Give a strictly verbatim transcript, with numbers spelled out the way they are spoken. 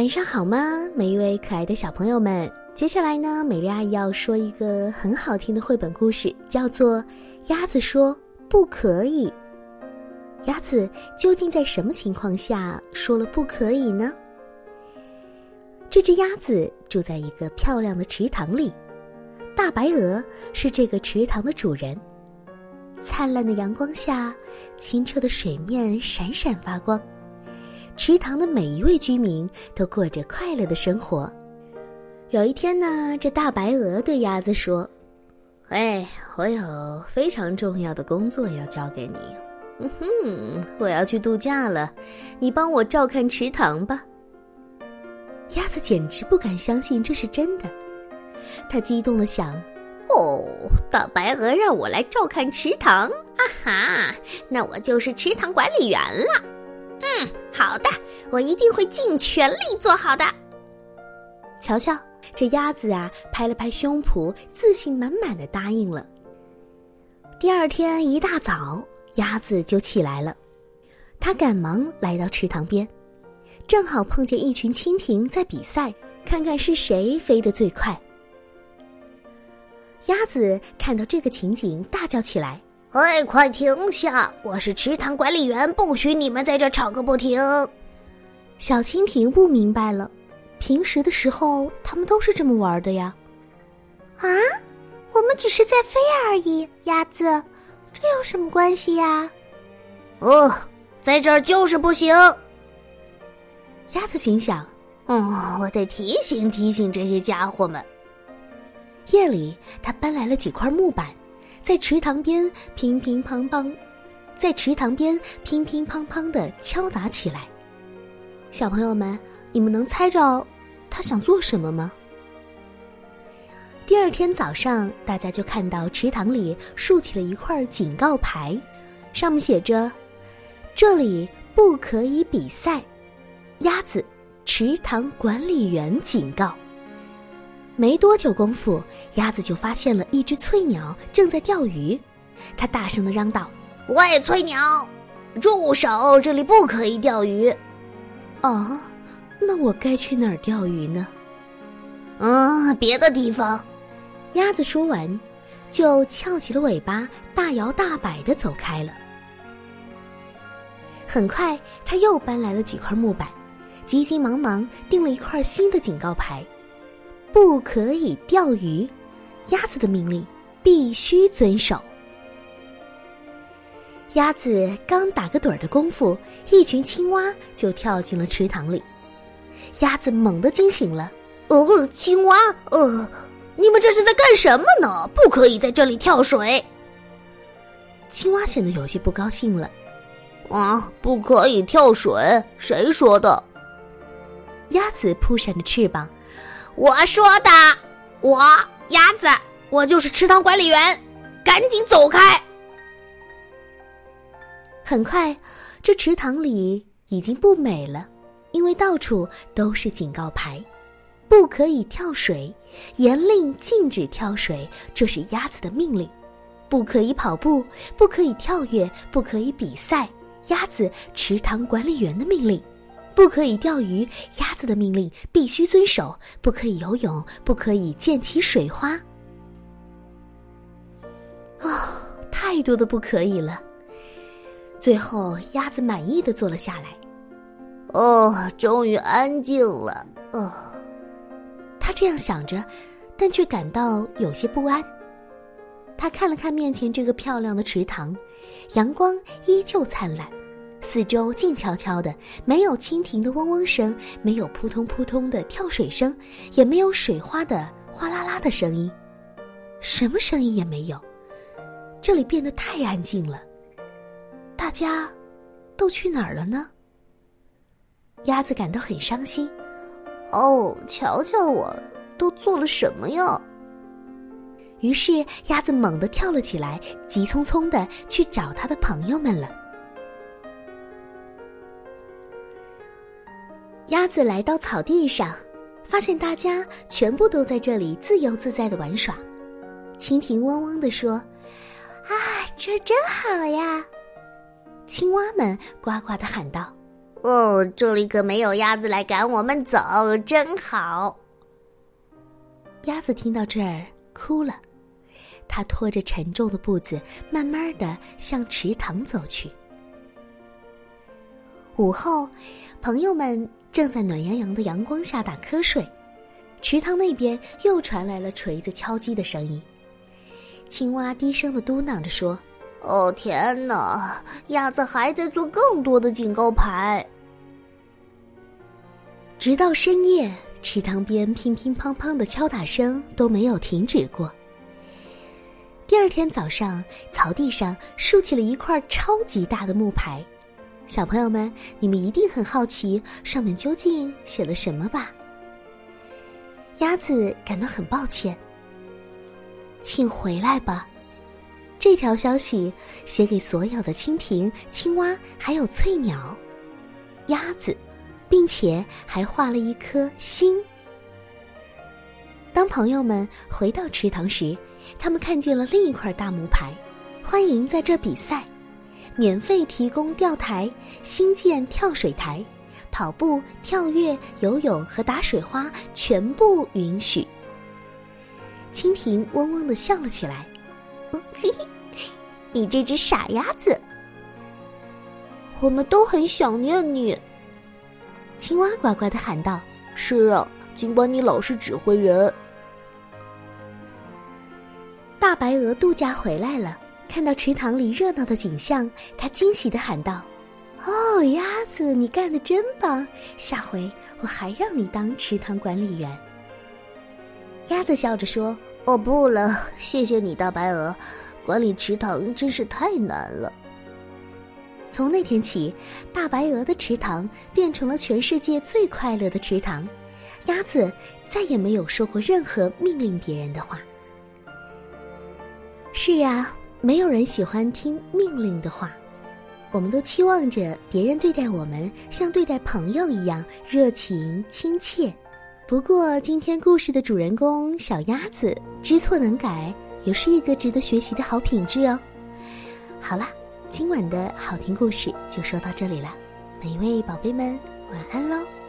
晚上好吗，每一位可爱的小朋友们。接下来呢，美丽阿姨要说一个很好听的绘本故事，叫做《鸭子说不可以》。鸭子究竟在什么情况下说了不可以呢？这只鸭子住在一个漂亮的池塘里，大白鹅是这个池塘的主人。灿烂的阳光下，清澈的水面闪闪发光，池塘的每一位居民都过着快乐的生活。有一天呢，这大白鹅对鸭子说：哎，我有非常重要的工作要交给你。嗯哼，我要去度假了，你帮我照看池塘吧。鸭子简直不敢相信这是真的，它激动地想：哦，大白鹅让我来照看池塘，啊哈，那我就是池塘管理员了。嗯，好的，我一定会尽全力做好的。瞧瞧，这鸭子啊，拍了拍胸脯，自信满满地答应了。第二天一大早，鸭子就起来了，它赶忙来到池塘边，正好碰见一群蜻蜓在比赛，看看是谁飞得最快。鸭子看到这个情景，大叫起来：哎，快停下！我是池塘管理员，不许你们在这吵个不停。小蜻蜓不明白了，平时的时候他们都是这么玩的呀。 啊，我们只是在飞而已，鸭子，这有什么关系呀？ 哦，在这儿就是不行。鸭子心想：嗯，我得提醒提醒这些家伙们。夜里，他搬来了几块木板，在池塘边乒乒乓乓，在池塘边乒乒乓乓地敲打起来。小朋友们，你们能猜着他想做什么吗？第二天早上，大家就看到池塘里竖起了一块警告牌，上面写着：这里不可以比赛，鸭子，池塘管理员警告。没多久功夫，鸭子就发现了一只翠鸟正在钓鱼，它大声地嚷道：喂，翠鸟，住手，这里不可以钓鱼。哦，那我该去哪儿钓鱼呢？嗯，别的地方。鸭子说完，就翘起了尾巴，大摇大摆地走开了。很快，他又搬来了几块木板，急急忙忙钉了一块新的警告牌：不可以钓鱼，鸭子的命令必须遵守。鸭子刚打个盹儿的功夫，一群青蛙就跳进了池塘里。鸭子猛地惊醒了：呃，青蛙，呃，你们这是在干什么呢？不可以在这里跳水。青蛙显得有些不高兴了：啊，不可以跳水？谁说的？鸭子扑闪着翅膀：我说的，我鸭子，我就是池塘管理员，赶紧走开。很快，这池塘里已经不美了，因为到处都是警告牌：不可以跳水，严令禁止跳水，这是鸭子的命令；不可以跑步，不可以跳跃，不可以比赛，鸭子，池塘管理员的命令；不可以钓鱼，鸭子的命令必须遵守；不可以游泳，不可以溅起水花。哦，太多的不可以了。最后，鸭子满意地坐了下来。哦，终于安静了。哦，他这样想着，但却感到有些不安。他看了看面前这个漂亮的池塘，阳光依旧灿烂，四周静悄悄的，没有蜻蜓的嗡嗡声，没有扑通扑通的跳水声，也没有水花的哗啦啦的声音，什么声音也没有。这里变得太安静了，大家都去哪儿了呢？鸭子感到很伤心。哦，瞧瞧我都做了什么呀？于是鸭子猛地跳了起来，急匆匆地去找他的朋友们了。鸭子来到草地上，发现大家全部都在这里自由自在地玩耍。蜻蜓嗡嗡地说：啊，这儿真好呀！青蛙们呱呱地喊道： 哦，这里可没有鸭子来赶我们走，真好。 鸭子听到这儿哭了，它拖着沉重的步子，慢慢地向池塘走去。午后，朋友们正在暖洋洋的阳光下打瞌睡，池塘那边又传来了锤子敲击的声音。青蛙低声地嘟囔着说： 哦天哪，鸭子还在做更多的警告牌。 直到深夜，池塘边乒乒乓乓的敲打声都没有停止过。第二天早上，草地上竖起了一块超级大的木牌。小朋友们，你们一定很好奇，上面究竟写了什么吧？鸭子感到很抱歉。请回来吧。这条消息写给所有的蜻蜓、青蛙还有翠鸟、鸭子，并且还画了一颗心。当朋友们回到池塘时，他们看见了另一块大木牌，欢迎在这儿比赛，免费提供钓台，新建跳水台，跑步、跳跃、游泳和打水花全部允许。蜻蜓嗡嗡地笑了起来。 你这只傻鸭子，我们都很想念你。 青蛙呱呱地喊道： 是啊，尽管你老是指挥人。 大白鹅度假回来了，看到池塘里热闹的景象，它惊喜地喊道：哦，鸭子，你干得真棒，下回我还让你当池塘管理员。鸭子笑着说： 哦不了，谢谢你大白鹅，管理池塘真是太难了。 从那天起，大白鹅的池塘变成了全世界最快乐的池塘，鸭子再也没有说过任何命令别人的话。是呀，没有人喜欢听命令的话，我们都期望着别人对待我们像对待朋友一样热情亲切。不过今天故事的主人公小鸭子知错能改，也是一个值得学习的好品质哦。好啦，今晚的好听故事就说到这里了，每一位宝贝们晚安喽。